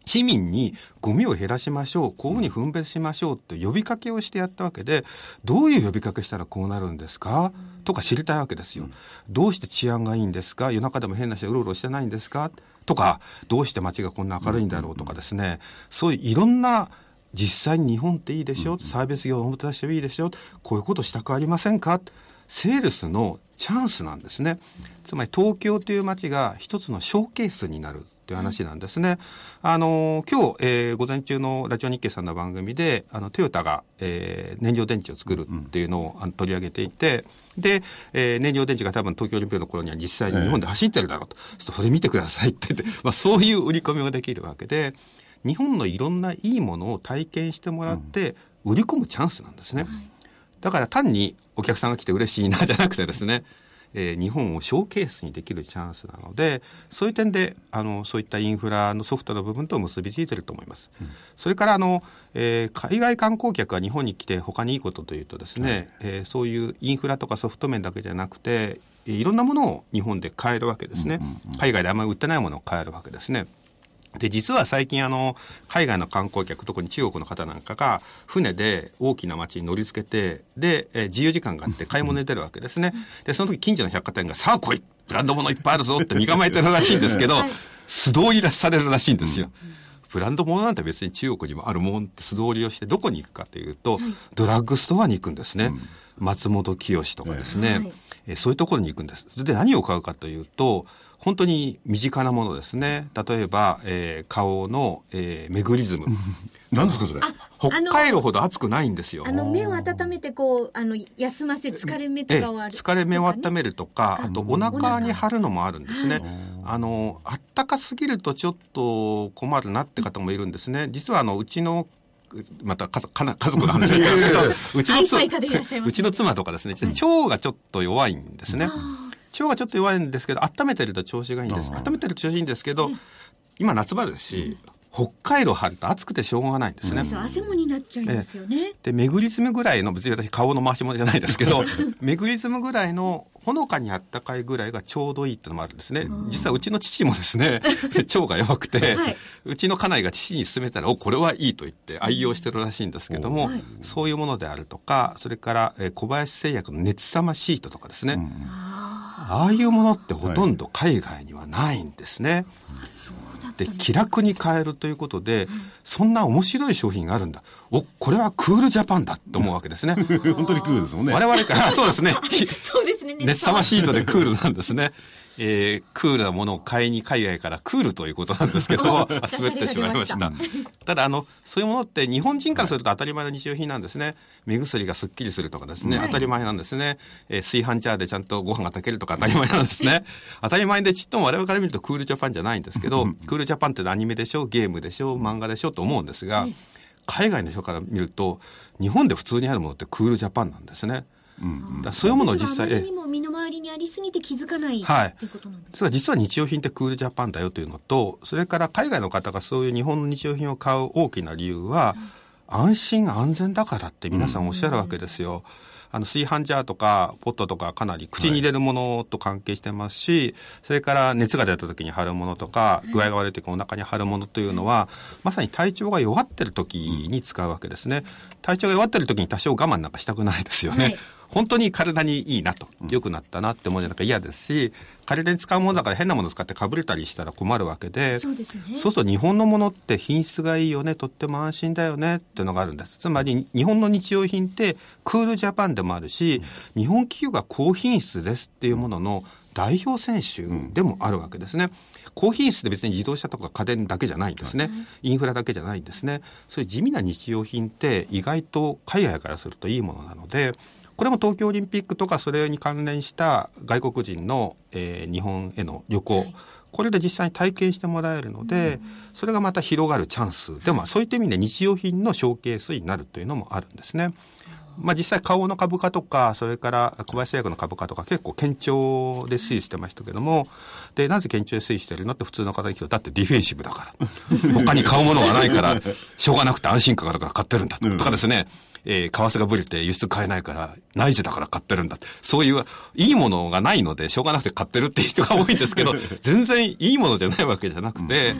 市民にゴミを減らしましょう、こういうふうに分別しましょうって呼びかけをしてやったわけで、どういう呼びかけしたらこうなるんですかとか知りたいわけですよ、うん、どうして治安がいいんですか、夜中でも変な人うろうろしてないんですかとか、どうして街がこんな明るいんだろうとかですね、そういういろんな、実際に日本っていいでしょ、サービス業をもたらしてもいいでしょ、こういうことしたくありませんか、セールスのチャンスなんですね。つまり東京という街が一つのショーケースになるという話なんですね。あの今日、えー、午前中のラジオ日経さんの番組であのトヨタが、えー、燃料電池を作るっていうのを、うん、取り上げていて、で、えー、燃料電池が多分東京オリンピックの頃には実際に日本で走ってるだろうと、えー、それ見てくださいって言って、まあ、そういう売り込みができるわけで、日本のいろんないいものを体験してもらって売り込むチャンスなんですね、うん、だから単にお客さんが来て嬉しいなじゃなくてですね、えー、日本をショーケースにできるチャンスなので、そういう点であのそういったインフラのソフトの部分と結びついていると思います、うん、それからあの、えー、海外観光客が日本に来て他にいいことというとですね、はい、えー、そういうインフラとかソフト面だけじゃなくていろんなものを日本で買えるわけですね、うんうんうん、海外であんまり売ってないものを買えるわけですね。で実は最近あの海外の観光客、特に中国の方なんかが船で大きな町に乗り付けて、で、えー、自由時間があって買い物に出るわけですね。でその時近所の百貨店がさあ来い、ブランド物いっぱいあるぞって身構えてるらしいんですけど、はい、素通りされるらしいんですよ、うん、ブランド物なんて別に中国にもあるもんって素通りをしてどこに行くかというと、はい、ドラッグストアに行くんですね、うん、松本清とかですね、はい、えー、そういうところに行くんです。それで何を買うかというと本当に身近なものですね。例えば、えー、顔の、えー、メグリズム何ですかそれ。 北海道ほど暑くないんですよ。 あの目を温めてこうあの休ませ疲れ目とかをある、 疲れ目を温めるとか、あとお腹に貼るのもあるんですね、はい、あのあったかすぎるとちょっと困るなって方もいるんですね。実はあのうちのまた家族の話なんですけどうちのつうちの妻とかですね、腸がちょっと弱いんですね、腸がちょっと弱いんですけど温めてると調子がいいんです。温めてると調子いいんですけど、今夏場ですし、うん、北海道晴れて暑くてしょうがないんですね、 うん、汗もになっちゃうんですよね。 でメグリズムぐらいの、別に私顔の回し物じゃないですけどメグリズムぐらいのほのかにあったかいぐらいがちょうどいいっていうのもあるんですね。実はうちの父もですね腸が弱くて、はい、うちの家内が父に勧めたらおこれはいいと言って愛用してるらしいんですけども、はい、そういうものであるとか、それから、えー、小林製薬の熱さまシートとかですね、うん、ああいうものってほとんど海外にはないんですね、はい、そうだったんです。で気楽に買えるということで、うん、そんな面白い商品があるんだ、おこれはクールジャパンだと思うわけですね本当にクールですもんね。 我々からそうですねそうですね、 熱さまシートでクールなんですねえー、クールなものを買いに海外からクールということなんですけど滑ってしまいました。ただあのそういうものって日本人からすると当たり前の日用品なんですね。目薬がすっきりするとかですね、はい、当たり前なんですね、えー、炊飯ジャーでちゃんとご飯が炊けるとか当たり前なんですね当たり前でちっとも我々から見るとクールジャパンじゃないんですけどクールジャパンってアニメでしょ、ゲームでしょ、漫画でしょと思うんですが、はい、海外の人から見ると日本で普通にあるものってクールジャパンなんですね。うん、だそういうものを実際あまりにも身の回りにありすぎて気づかない、はい、っていうことなんですか。 それは実は日用品ってクールジャパンだよというのと、それから海外の方がそういう日本の日用品を買う大きな理由は、うん、安心安全だからって皆さんおっしゃるわけですよ、うん、あの炊飯ジャーとかポットとかかなり口に入れるものと関係してますし、はい、それから熱が出た時に貼るものとか、具合が悪い時にお腹に貼るものというのは、まさに体調が弱ってる時に使うわけですね。体調が弱ってる時に多少我慢なんかしたくないですよね、はい、本当に体にいいなと、良くなったなって思うじゃなくて嫌ですし、体に使うものだから変なもの使ってかぶれたりしたら困るわけで、 そうですね、 そうすると日本のものって品質がいいよね、とっても安心だよねっていうのがあるんです。つまり日本の日用品ってクールジャパンでもあるし、うん、日本企業が高品質ですっていうものの代表選手でもあるわけですね、うん、高品質で別に自動車とか家電だけじゃないんですね、インフラだけじゃないんですね。そういう地味な日用品って意外と海外からするといいものなので、これも東京オリンピックとかそれに関連した外国人の、えー、日本への旅行、はい、これで実際に体験してもらえるので、うん、それがまた広がるチャンスでも、そういった意味で日用品のショーケースになるというのもあるんですね。まあ、実際花王の株価とか、それから小林製薬の株価とか結構堅調で推移してましたけども、でなぜ堅調で推移してるのって普通の方に聞くと、だってディフェンシブだから他に買うものがないからしょうがなくて安心感だから買ってるんだとかですね、えー、為替がぶれて輸出買えないから内需だから買ってるんだ、そういういいものがないのでしょうがなくて買ってるっていう人が多いんですけど全然いいものじゃないわけじゃなくて、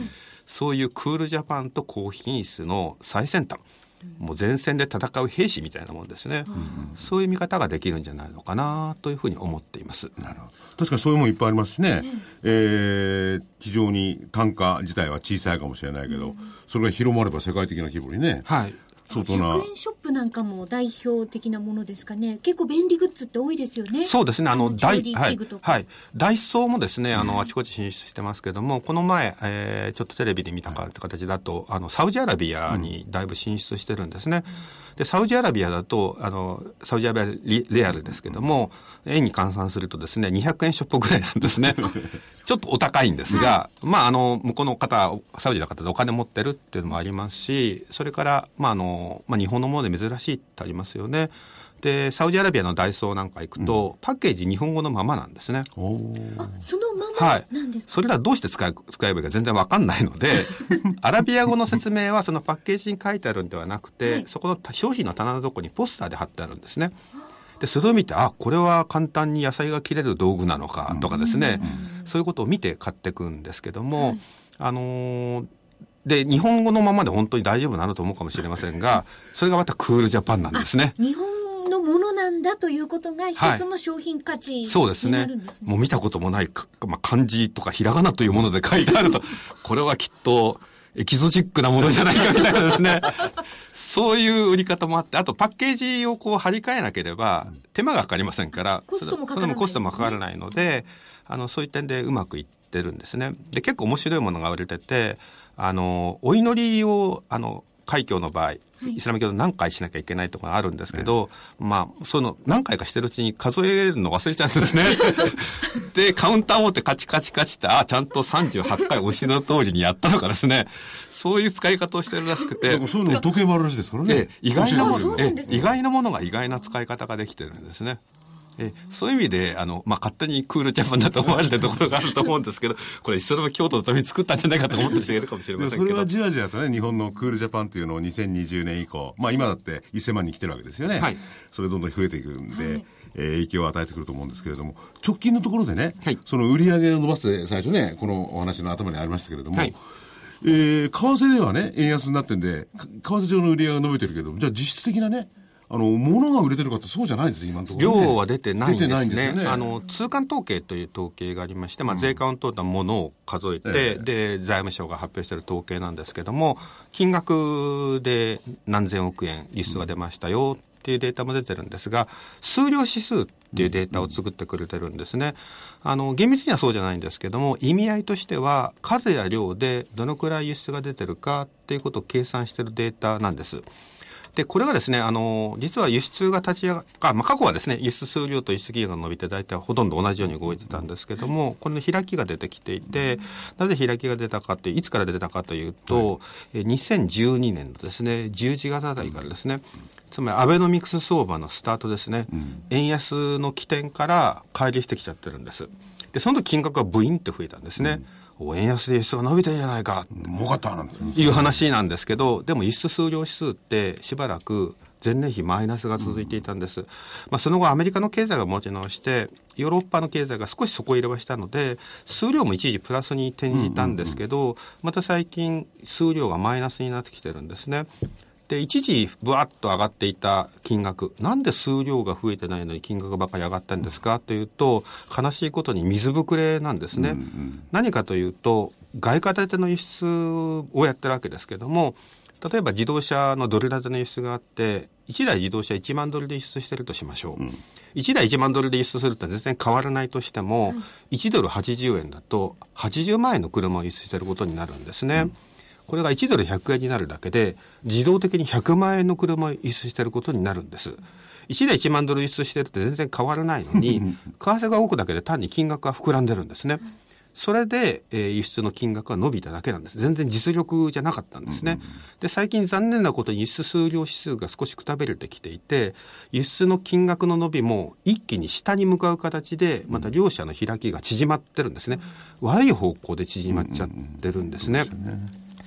そういうクールジャパンと高品質の最先端、もう前線で戦う兵士みたいなもんですね、うんうん、そういう見方ができるんじゃないのかなというふうに思っています。 なるほど。確かにそういうものいっぱいありますしね、うん、えー、非常に単価自体は小さいかもしれないけど、うん、それが広まれば世界的な規模にね、 はい、相当なひゃくえんショップなんかも代表的なものですかね。結構便利グッズって多いですよね。 そうですね。あのダイ、はいはい、ダイソーもですね、あのあちこち進出してますけども、この前、えー、ちょっとテレビで見たかって形だと、あのサウジアラビアにだいぶ進出してるんですね。うん、でサウジアラビアだとあのサウジアラビアレアルですけども、円に換算するとですねにひゃくえんショップぐらいなんですね。ちょっとお高いんですが、はい、まああの向こうの方、サウジの方でお金持ってるっていうのもありますし、それからまああのまあ日本のもので珍しいってありますよね。でサウジアラビアのダイソーなんか行くと、うん、パッケージ日本語のままなんですね。 あ、そのままなんですか。 はい、それらどうして使え、使えばいいか全然わかんないのでアラビア語の説明はそのパッケージに書いてあるんではなくて、はい、そこの商品の棚のところにポスターで貼ってあるんですね。でそれを見て、あ、これは簡単に野菜が切れる道具なのかとかですね、うん、そういうことを見て買っていくんですけども、はい、あのーで日本語のままで本当に大丈夫なのと思うかもしれませんが、それがまたクールジャパンなんですね。 日本のものなんだということが一つの商品価値になるんですね。 そうですね。もう見たこともない、まあ、漢字とかひらがなというもので書いてあるとこれはきっとエキゾチックなものじゃないかみたいなですねそういう売り方もあって、あとパッケージをこう貼り替えなければ手間がかかりませんから、 コストもかからないですね。 それもコストもかからないので、あのそういう点でうまくいってるんですね。で結構面白いものが売れてて、あのお祈りをあの開教の場合、イスラム教で何回しなきゃいけないとかあるんですけど、うん、まあその何回かしてるうちに数えるの忘れちゃうんですねでカウンターを持ってカチカチカチって、あ、ちゃんとさんじゅうはちかいおしの通りにやったとかですね、そういう使い方をしてるらしくて、 でもそういうの時計もあるらしいですからね。 意外なもの、意外なものが意外な使い方ができてるんですね。えそういう意味であの、まあ、勝手にクールジャパンだと思われてるところがあると思うんですけどこれイスラム教徒のために作ったんじゃないかと思ってる人がいるかもしれませんけど、 それはじわじわとね、日本のクールジャパンっていうのをにせんにじゅうねん以降、まあ、今だってせんまんに来てるわけですよね、はい、それどんどん増えていくんで、はい、えー、影響を与えてくると思うんですけれども、直近のところでね、はい、その売り上げを伸ばす最初ね、このお話の頭にありましたけれども、はい、えー、為替ではね円安になってんで為替上の売り上げが伸びてるけど、じゃあ実質的なねあの物が売れてるかってそうじゃないです今のところ、ね、 量は出てないんですね。 出てないんですよね。 あの通関統計という統計がありまして、まあ、税関を通ったものを数えて、うんええ、で財務省が発表している統計なんですけども、金額で何千億円輸出が出ましたよっていうデータも出てるんですが、数量指数っていうデータを作ってくれてるんですね。あの厳密にはそうじゃないんですけども、意味合いとしては数や量でどのくらい輸出が出てるかっていうことを計算しているデータなんです。でこれがですね、あの実は輸出が立ち上があ、まあ、過去はですね輸出数量と輸出金額が伸びて大体ほとんど同じように動いてたんですけども、これの開きが出てきていて、なぜ開きが出たかという、いつから出たかというと、はい、にせんじゅうにねんのですねじゅういちがつあたりからですね、つまりアベノミクス相場のスタートですね、うん、円安の起点から乖離してきちゃってるんです。でその時金額がブインって増えたんですね、うん、円安で輸出が伸びてるじゃないか、 儲かったなんていう話なんですけど、でも輸出数量指数ってしばらく前年比マイナスが続いていたんです、うん、まあ、その後アメリカの経済が持ち直してヨーロッパの経済が少し底入れはしたので数量も一時プラスに転じたんですけど、うんうんうん、また最近数量がマイナスになってきてるんですね。で一時ぶわっと上がっていた金額、なんで数量が増えてないのに金額ばかり上がったんですかというと、悲しいことに水ぶくれなんですね、うんうん、何かというと外貨建ての輸出をやってるわけですけども、例えば自動車のドル建ての輸出があっていちだい自動車いちまんドルで輸出してるとしましょう、うん、いちだいいちまんドルで輸出するって全然変わらないとしても、うん、いちドルはちじゅうえんだとはちじゅうまんえんの車を輸出してることになるんですね、うん、これがいちドルひゃくえんになるだけで自動的にひゃくまんえんの車を輸出していることになるんです。いちだいいちまんドル輸出してるって全然変わらないのに為替が多くだけで単に金額が膨らんでるんですね。それで、えー、輸出の金額が伸びただけなんです。全然実力じゃなかったんですね。で最近残念なことに輸出数量指数が少しくたびれてきていて、輸出の金額の伸びも一気に下に向かう形でまた両者の開きが縮まってるんですね。悪い方向で縮まっちゃってるんですね。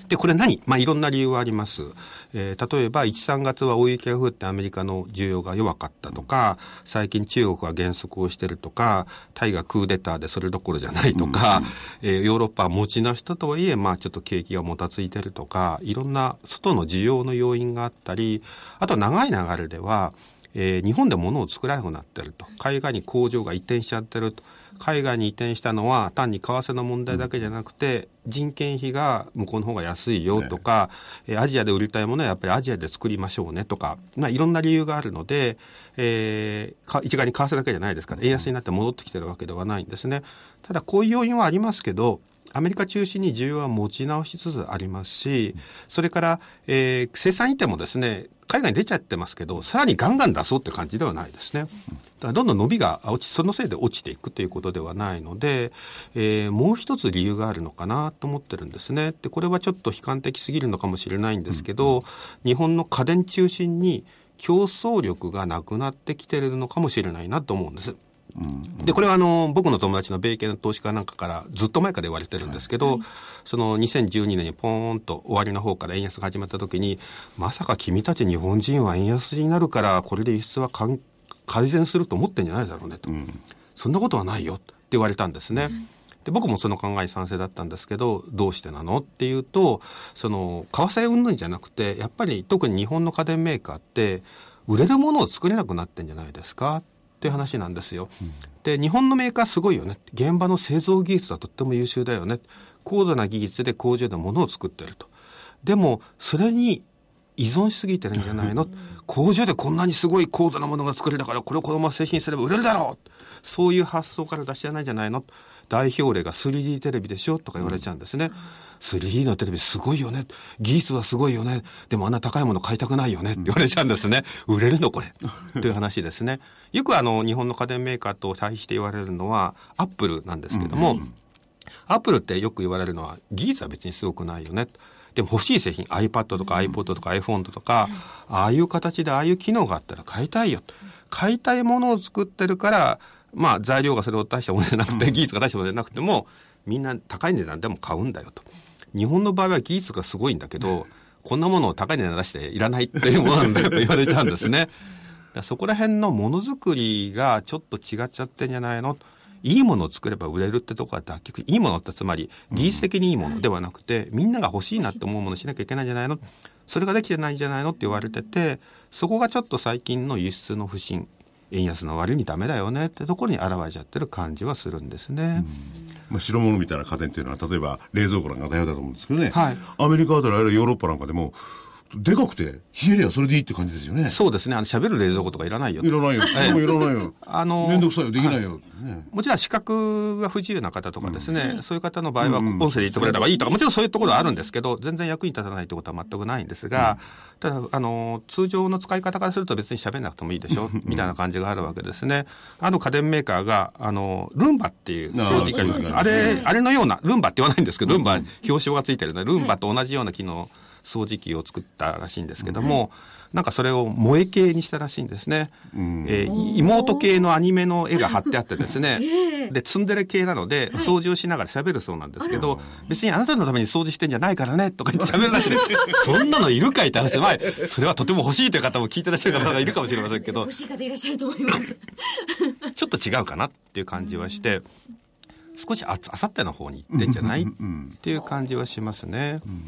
で、これ何？まあ、いろんな理由はあります。えー、例えば、いち、さんがつは大雪が降ってアメリカの需要が弱かったとか、最近中国が減速をしてるとか、タイがクーデターでそれどころじゃないとか、うん、えー、ヨーロッパは持ちな人とはいえ、まあ、ちょっと景気がもたついてるとか、いろんな外の需要の要因があったり、あと長い流れでは、えー、日本で物を作らなくなってると。海外に工場が移転しちゃってると。海外に移転したのは単に為替の問題だけじゃなくて、人件費が向こうの方が安いよとか、ね、アジアで売りたいものはやっぱりアジアで作りましょうねとか、まあ、いろんな理由があるので、えー、一概に為替だけじゃないですから、円安になって戻ってきてるわけではないんですね。ただこういう要因はありますけど、アメリカ中心に需要は持ち直しつつありますし、それから、えー、生産移転もですね、海外に出ちゃってますけど、さらにガンガン出そうって感じではないですね。だからどんどん伸びが落ち、そのせいで落ちていくということではないので、えー、もう一つ理由があるのかなと思ってるんですね。で、これはちょっと悲観的すぎるのかもしれないんですけど、日本の家電中心に競争力がなくなってきてるのかもしれないなと思うんです。で、これはあの僕の友達の米系の投資家なんかからずっと前から言われてるんですけど、はい、そのにせんじゅうにねんにポーンと終わりの方から円安が始まった時に、まさか君たち日本人は円安になるからこれで輸出は改善すると思ってんじゃないだろうねと、うん、そんなことはないよって言われたんですね。うん、で、僕もその考えに賛成だったんですけど、どうしてなのっていうと、その為替云々じゃなくて、やっぱり特に日本の家電メーカーって売れるものを作れなくなってんじゃないですかっていう話なんですよ。うん、で、日本のメーカーすごいよね。現場の製造技術はとっても優秀だよね。高度な技術で工場で物を作ってると。でもそれに依存しすぎてるんじゃないの。工場でこんなにすごい高度なものが作れるからこれをこのまま製品すれば売れるだろう。そういう発想から出しじゃないんじゃないの。代表例が スリーディー テレビでしょとか言われちゃうんですね。うん、スリーディー のテレビすごいよね。技術はすごいよね。でもあんな高いもの買いたくないよねって言われちゃうんですね。売れるのこれという話ですね。よくあの日本の家電メーカーと対比して言われるのはアップルなんですけども、うん、アップルってよく言われるのは技術は別にすごくないよね。でも欲しい製品 iPad とか iPod とか iPhone とか、うん、ああいう形でああいう機能があったら買いたいよ。買いたいものを作ってるからまあ材料がそれを大したものじゃなくて、うん、技術が大したものじゃなくてもみんな高い値段でも買うんだよと。日本の場合は技術がすごいんだけど、こんなものを高い値段出していらないっていうものなんだよと言われちゃうんですね。だそこら辺のものづくりがちょっと違っちゃってんじゃないの。いいものを作れば売れるってところは脱却。いいものってつまり技術的にいいものではなくて、みんなが欲しいなって思うものをしなきゃいけないんじゃないの。それができてないんじゃないのって言われてて、そこがちょっと最近の輸出の不振、円安の割にダメだよねってところに現れちゃってる感じはするんですね。 まあ、白物みたいな家電っていうのは例えば冷蔵庫なんか大変だと思うんですけどね、はい、アメリカだったらあるいはヨーロッパなんかでもでかくて冷えりゃそれでいいって感じですよね。 そうですね。あの喋る冷蔵庫とかいらないよ。 いらないよ。でもいらないよ。あのめんどくさいよ。できないよ、はいね。もちろん視覚が不自由な方とかですね、うん、そういう方の場合は音声で言ってくれた方がいいとか、もちろんそういうところはあるんですけど、全然役に立たないってことは全くないんですが、うん、ただあの通常の使い方からすると別に喋んなくてもいいでしょみたいな感じがあるわけですね。あの家電メーカーがあのルンバっていう掃除機があります。あれあれのようなルンバって言わないんですけど、ルンバ表彰がついてるのでルンバと同じような機能掃除機を作ったらしいんですけども、うん、なんかそれを萌え系にしたらしいんですね。うん、えー、妹系のアニメの絵が貼ってあってですね、でツンデレ系なので掃除をしながら喋るそうなんですけど、はい、別にあなたのために掃除してんじゃないからねとか言って喋るらしいでそんなのいるかいって話で、まあ、それはとても欲しいという方も聞いてらっしゃる方がいるかもしれませんけど、 欲しい方いらっしゃると思いますちょっと違うかなっていう感じはして、少しあ, あさっての方に行ってんじゃないっていう感じはしますね。うん、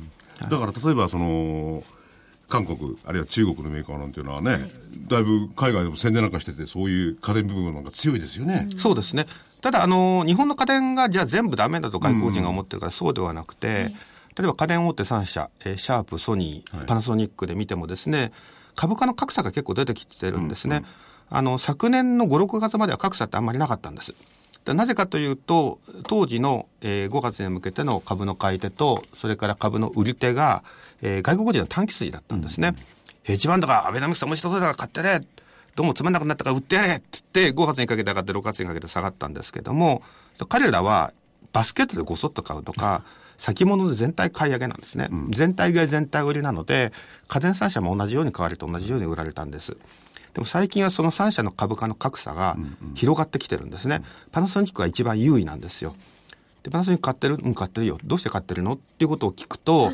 だから例えばその韓国あるいは中国のメーカーなんていうのはね、はい、だいぶ海外でも宣伝なんかしててそういう家電部分なんか強いですよね。 うん、そうですね。ただあの日本の家電がじゃあ全部ダメだと外国人が思ってるから、そうではなくて、うん、例えば家電大手さん社、えー、シャープ、ソニー、パナソニックで見てもですね、株価の格差が結構出てきてるんですね。うんうん、あの昨年のご、ろくがつまでは格差ってあんまりなかったんです。なぜかというと当時の、えー、ごがつに向けての株の買い手とそれから株の売り手が、えー、外国人の短期筋だったんですね。うん、ヘッジファンドがアベノミクス面白そうだから買ってね、どうもつまんなくなったから売ってやれって言ってごがつにかけて上がってろくがつにかけて下がったんですけども、彼らはバスケットでごそっと買うとか先物で全体買い上げなんですね。うん、全体買い全体売りなので家電さん社も同じように買われて同じように売られたんです。でも最近はそのさん社の株価の格差が広がってきてるんですね。うんうん、パナソニックが一番優位なんですよ。でパナソニック買ってる？うん、買ってるよ。どうして買ってるのっていうことを聞くと、はい、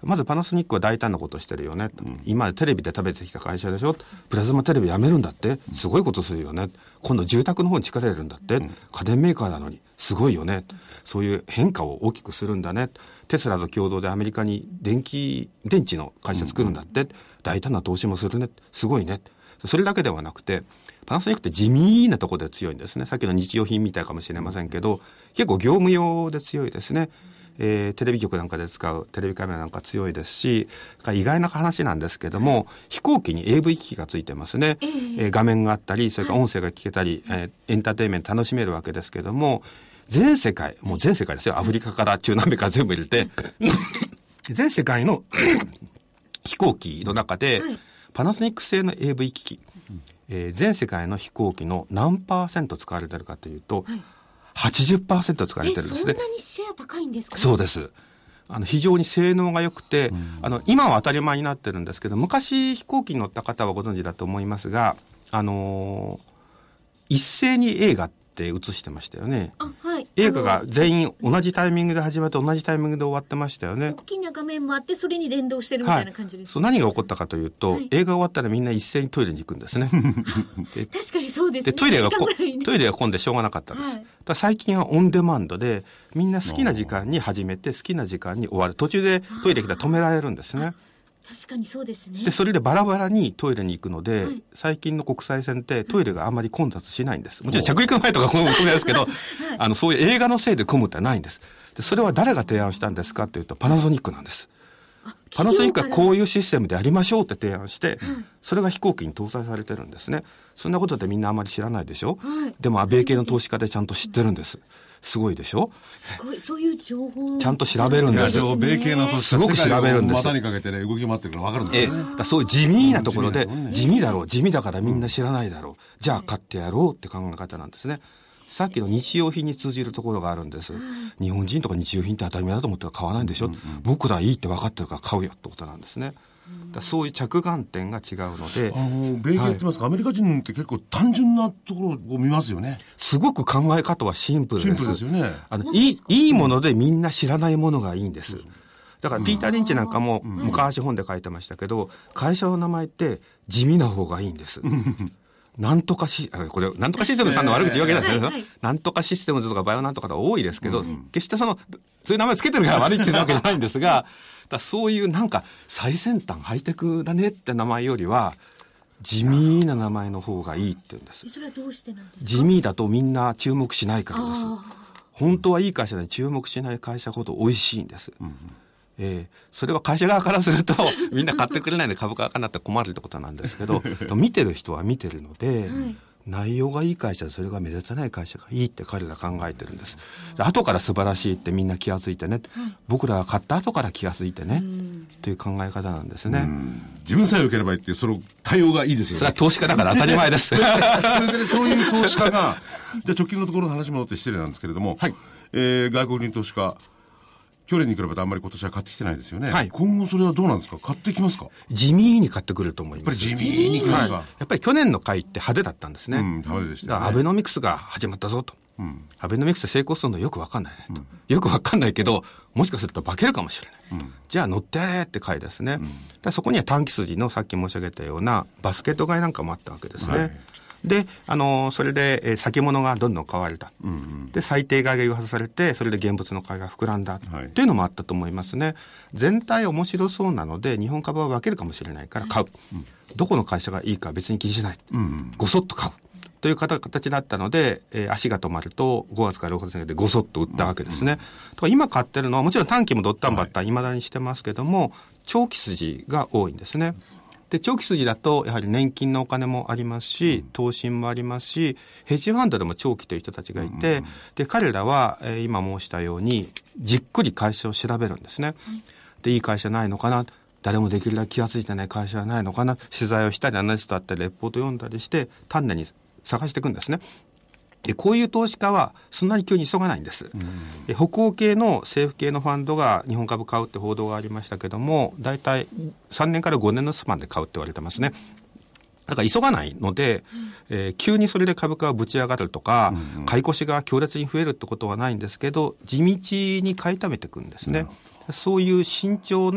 まずパナソニックは大胆なことをしてるよね、うん、今までテレビで食べてきた会社でしょ、プラズマテレビやめるんだってすごいことするよね、今度住宅の方に力入れるんだって、うん、家電メーカーなのにすごいよね、そういう変化を大きくするんだね、テスラと共同でアメリカに電気電池の会社作るんだって、うん、大胆な投資もするね、すごいね。それだけではなくてパナソニックって地味なところで強いんですね。さっきの日用品みたいかもしれませんけど結構業務用で強いですね。えー、テレビ局なんかで使うテレビカメラなんか強いですし、意外な話なんですけども、飛行機に エーブイ 機器がついてますね、えーえー、画面があったりそれから音声が聞けたり、はい、えー、エンターテインメント楽しめるわけですけども、全世界もう全世界ですよ、アフリカから中南米から全部入れて全世界の飛行機の中で、はい、パナソニック製の エーブイ 機器、えー、全世界の飛行機の何パーセント使われてるかというと、はい、はちじゅっパーセント 使われてるんですね。 そんなにシェア高いんですか？ そうです。あの非常に性能が良くて、うん、あの今は当たり前になってるんですけど、昔飛行機に乗った方はご存知だと思いますが、あのー、一斉に映画って映してましたよね。 あ、はい、 映画が全員同じタイミングで始まって同じタイミングで終わってましたよね。 大きな画面もあってそれに連動してるみたいな感じです、ね、はい、 そう、何が起こったかというと、はい、映画終わったらみんな一斉にトイレに行くんですね確かにそうですね。 でトイレがこトイレが混んでしょうがなかったんです、はい、だ最近はオンデマンドでみんな好きな時間に始めて好きな時間に終わる、途中でトイレ来たら止められるんですね。 確かにそうですね。 でそれでバラバラにトイレに行くので、はい、最近の国際線ってトイレがあまり混雑しないんです。もちろん着陸前とか混むんですけど、はい、あのそういう映画のせいで混むってないんです。でそれは誰が提案したんですかというとパナソニックなんです。パナソニックはこういうシステムでやりましょうって提案して、はい、それが飛行機に搭載されてるんですね。そんなことでみんなあまり知らないでしょ、はい、でも米系の投資家でちゃんと知ってるんです。すごいでしょ。 すごい、そういう情報ちゃんと調べるんですよ。 米系の投資家すごく調べるんです。 股にかけてね動き回ってるの分かるんですよね。 ええ、だそういう地味なところで、うん、地味だろう地味だからみんな知らないだろう、うん、じゃあ買ってやろうって考え方なんですね。さっきの日用品に通じるところがあるんです、うん、日本人とか日用品って当たり前だと思って買わないんでしょ、うんうん、僕らいいって分かってるから買うよってことなんですね。だそういう着眼点が違うので、 あの米系って言いますか、はい、アメリカ人って結構単純なところを見ますよね。 すごく考え方はシンプルです。 シンプルですよね。 あのいい、いいものでみんな知らないものがいいんです。だからピーター・リンチなんかも昔本で書いてましたけど、会社の名前って地味な方がいいんですなんとかシこれなんとかシステムさんの悪口言うわけなんですけど、はいはい、なんとかシステムズとかバイオなんとかが多いですけど、うん、決してそのそういう名前つけてるから悪いって言うわけじゃないんですがだそういうなんか最先端ハイテクだねって名前よりは地味な名前の方がいいって言うんです。 それはどうしてなんですか？ 地味だとみんな注目しないからです。本当はいい会社で注目しない会社ほど美味しいんです、うんうん、えー、それは会社側からするとみんな買ってくれないで株価がなって困るってことなんですけど見てる人は見てるので、はい、内容がいい会社でそれが目立たない会社がいいって彼ら考えてるんです。後から素晴らしいってみんな気がついてね、はい、僕らが買った後から気がついてねという考え方なんですね。 自分さえ良ければいいっていうその対応がいいですよね。 それは投資家だから当たり前ですそれで、ね、そういう投資家がじゃあ直近のところの話戻って失礼なんですけれども、はい、えー、外国人投資家去年に比べてあんまり今年は買ってきてないですよね、はい、今後それはどうなんですか？買ってきますか？ 地味に買ってくると思います。 やっぱり地味に来ますか、はい、 やっぱり去年の回って派手だったんですね、うん、 派手でしたね。 だからアベノミクスが始まったぞと、うん、アベノミクス成功するのよく分かんないねと、うん、よく分かんないけどもしかすると化けるかもしれない、うん、じゃあ乗ってやれって回ですね、うん、だそこには短期筋のさっき申し上げたようなバスケット買いなんかもあったわけですね、はい、で、あのー、それで、えー、先物がどんどん買われた、うんうん、で最低買いが誘発されてそれで現物の買いが膨らんだ、はい、というのもあったと思いますね。全体面白そうなので日本株は分けるかもしれないから買う、うん、どこの会社がいいか別に気にしない、うんうん、ごそっと買うという形だったので、えー、足が止まるとごがつからろくがつでごそっと売ったわけですね、うんうん、と今買ってるのはもちろん短期もドッタンバッタン未だにしてますけども、はい、長期筋が多いんですね。で長期筋だとやはり年金のお金もありますし投資もありますしヘッジファンドでも長期という人たちがいて、うんうん、で彼らは、えー、今申したようにじっくり会社を調べるんですね、うん、でいい会社ないのかな、誰もできるだけ気がついてない会社はないのかな、取材をしたりアナリストだったりレポートを読んだりして丹念に探していくんですね。でこういう投資家はそんなに急に急がないんです、うん、え北欧系の政府系のファンドが日本株買うって報道がありましたけどもだいたいさんねんからごねんのスパンで買うって言われてますね。だから急がないので、うんえー、急にそれで株価がぶち上がるとか、うんうん、買い越しが強烈に増えるってことはないんですけど地道に買い溜めていくんですね、うん、そういう慎重な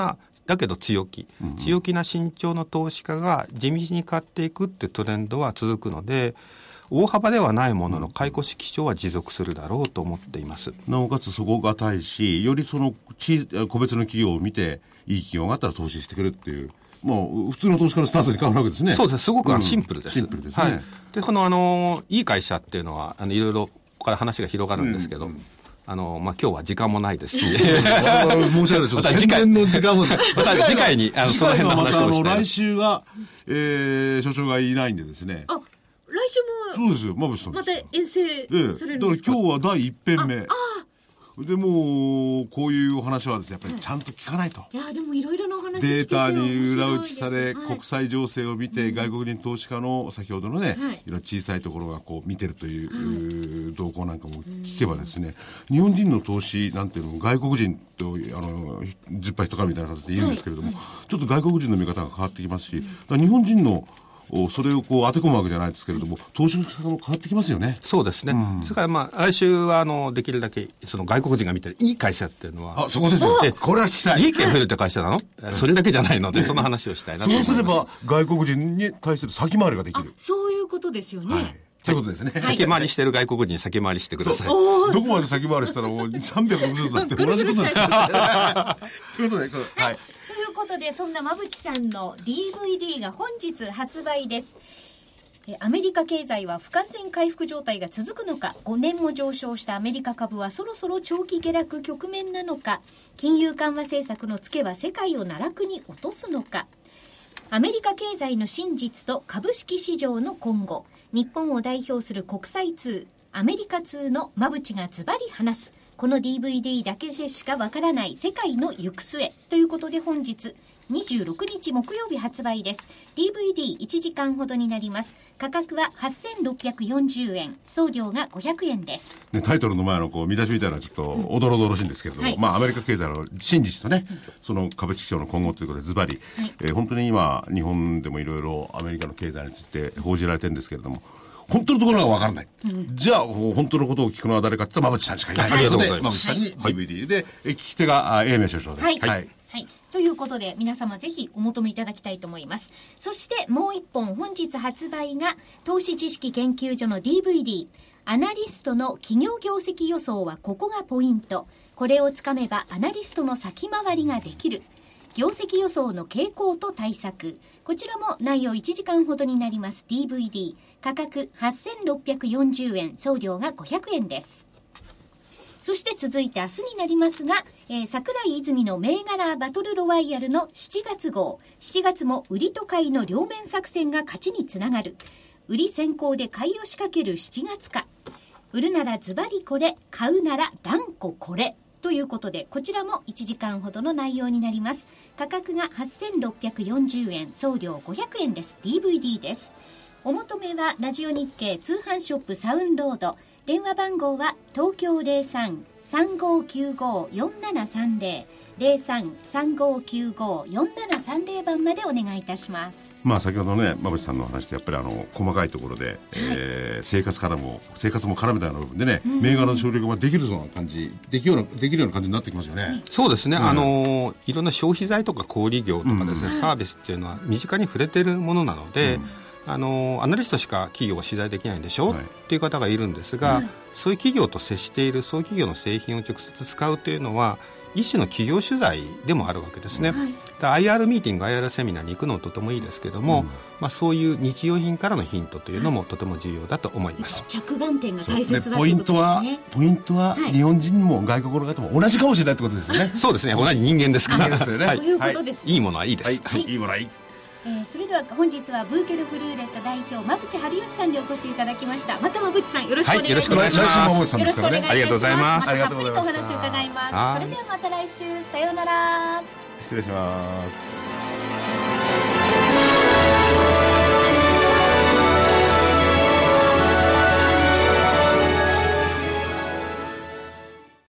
だけど強気、うん、強気な慎重な投資家が地道に買っていくってトレンドは続くので、大幅ではないものの買い越し基調は持続するだろうと思っています。 なおかつ底堅いし、よりその個別の企業を見ていい企業があったら投資してくれっていう、もう普通の投資家のスタンスに変わるわけですね。 そうですね、すごくシンプルです、 うん、シンプルですね、 はい、でこのあのいい会社っていうのはあのいろいろここから話が広がるんですけど、うんうん、あのまあ、今日は時間もないですし申し訳ない、ちょっと宣伝の時間もまた次回にあのその辺の話をしたい。また来週は、えー、所長がいないんでですね、 あ、来週もそうですよ、馬渕さんまた遠征されるんですか。 ええ、だから今日はだいいっぺんめ。ああ、でもうこういうお話はですね、やっぱりちゃんと聞かないと、はい、 いやでもいろいろなお話データに裏打ちされ、はい、国際情勢を見て、うん、外国人投資家の先ほどのね、はい、いろ小さいところがこう見てるという、はい、動向なんかも聞けばですね、うん、日本人の投資なんていうのも外国人とあの十杯一缶みたいな形で言うんですけれども、はいはい、ちょっと外国人の見方が変わってきますし、だから日本人のそれをこう当て込むわけじゃないですけれども、投資の仕方も変わってきますよね。 そうですね、うん、それからまあ来週はあのできるだけその外国人が見てるいい会社っていうのは、 あ、そこですよ、これは聞きたい。 利益が増えるって会社なの、うん、それだけじゃないので、その話をしたいなと思います。 そうすれば外国人に対する先回りができる、 そういうことですよね、はい、 ということですね、はい、 先回りしてる外国人に先回りしてください。 どこまで先回りしたらもうさんびゃくろくじゅうどだって同じことですということで、はい、 ということで、そんな馬渕さんの ディーブイディー が本日発売です。アメリカ経済は不完全回復状態が続くのか、ごねんも上昇したアメリカ株はそろそろ長期下落局面なのか、金融緩和政策のツケは世界を奈落に落とすのか、アメリカ経済の真実と株式市場の今後、日本を代表する国際通、アメリカ通の馬渕がズバリ話す、この ディーブイディー だけでしかわからない世界の行く末ということで、本日にじゅうろくにち木曜日発売です。 ディーブイディーいち 時間ほどになります。価格ははっせんろっぴゃくよんじゅうえん、送料がごひゃくえんです、 ね、タイトルの前のこう見出しみたいなちょっとおどろどろしいんですけれども、うん、はい、まあ、アメリカ経済の真実とね、うん、その株式市場の今後ということでズバリ、はい、えー、本当に今日本でもいろいろアメリカの経済について報じられてるんですけれども、本当のところが分からない、うん、じゃあ本当のことを聞くのは誰かって言ったら馬渕さんしかいない、 はい、ありがとうございます。馬渕さんに ディーブイディー で、はい、聞き手が英明所長です、 はいはい、はい、ということで皆様ぜひお求めいただきたいと思います。そしてもう一本本日発売が投資知識研究所の ディーブイディー、 アナリストの企業業績予想はここがポイント、これをつかめばアナリストの先回りができる、業績予想の傾向と対策、こちらも内容いちじかんほどになります。 ディーブイディー、 価格はっせんろっぴゃくよんじゅうえん、送料がごひゃくえんです。そして続いて明日になりますが、えー、桜井泉の銘柄バトルロワイヤルのしちがつ号、しちがつも売りと買いの両面作戦が勝ちにつながる、売り先行で買いを仕掛けるしちがつか、売るならズバリこれ、買うなら断固これということで、こちらもいちじかんほどの内容になります。価格がはっせんろっぴゃくよんじゅうえん、送料ごひゃくえんです。 ディーブイディー です。お求めはラジオ日経通販ショップサウンロード、電話番号は東京 ゼロさん さんごきゅうご よんななさんゼロ ゼロさん さんごきゅうご よんななさんゼロ 番までお願いいたします。 まあ、先ほどね馬渕さんの話でやっぱりあの細かいところで、はい、えー、生活からも生活も絡めたような部分でね、うん、銘柄の省略ができるような感じできるようなできるような感じになってきますよね。 そうですね、うん、あのいろんな消費財とか小売業とかですね、うん、サービスっていうのは身近に触れているものなので、うん、あのアナリストしか企業は取材できないんでしょ、はい、っていう方がいるんですが、はい、そういう企業と接しているそういう企業の製品を直接使うというのは一種の企業取材でもあるわけですね、はい、だ アイアール ミーティング アイアール セミナーに行くのもとてもいいですけども、うん、まあ、そういう日用品からのヒントというのもとても重要だと思います。 着眼点が大切だということですね。ポイントは、ポイントは日本人も外国の方も同じかもしれないということですよね。 そうですね、同じ人間ですからですよね、 はい、ということですね、 いいものはいいです、 はいはい、いいものはいい。 えー、それでは本日はブーケルフルーレット代表馬渕春吉さんにお越しいただきました。また馬渕さんよろしくお願いします、はい、よろしくお願いします。 よろしくお願いします。 ありがとうございます。 またたっぷりとお話を伺います。それではまた来週、さようなら。 失礼します。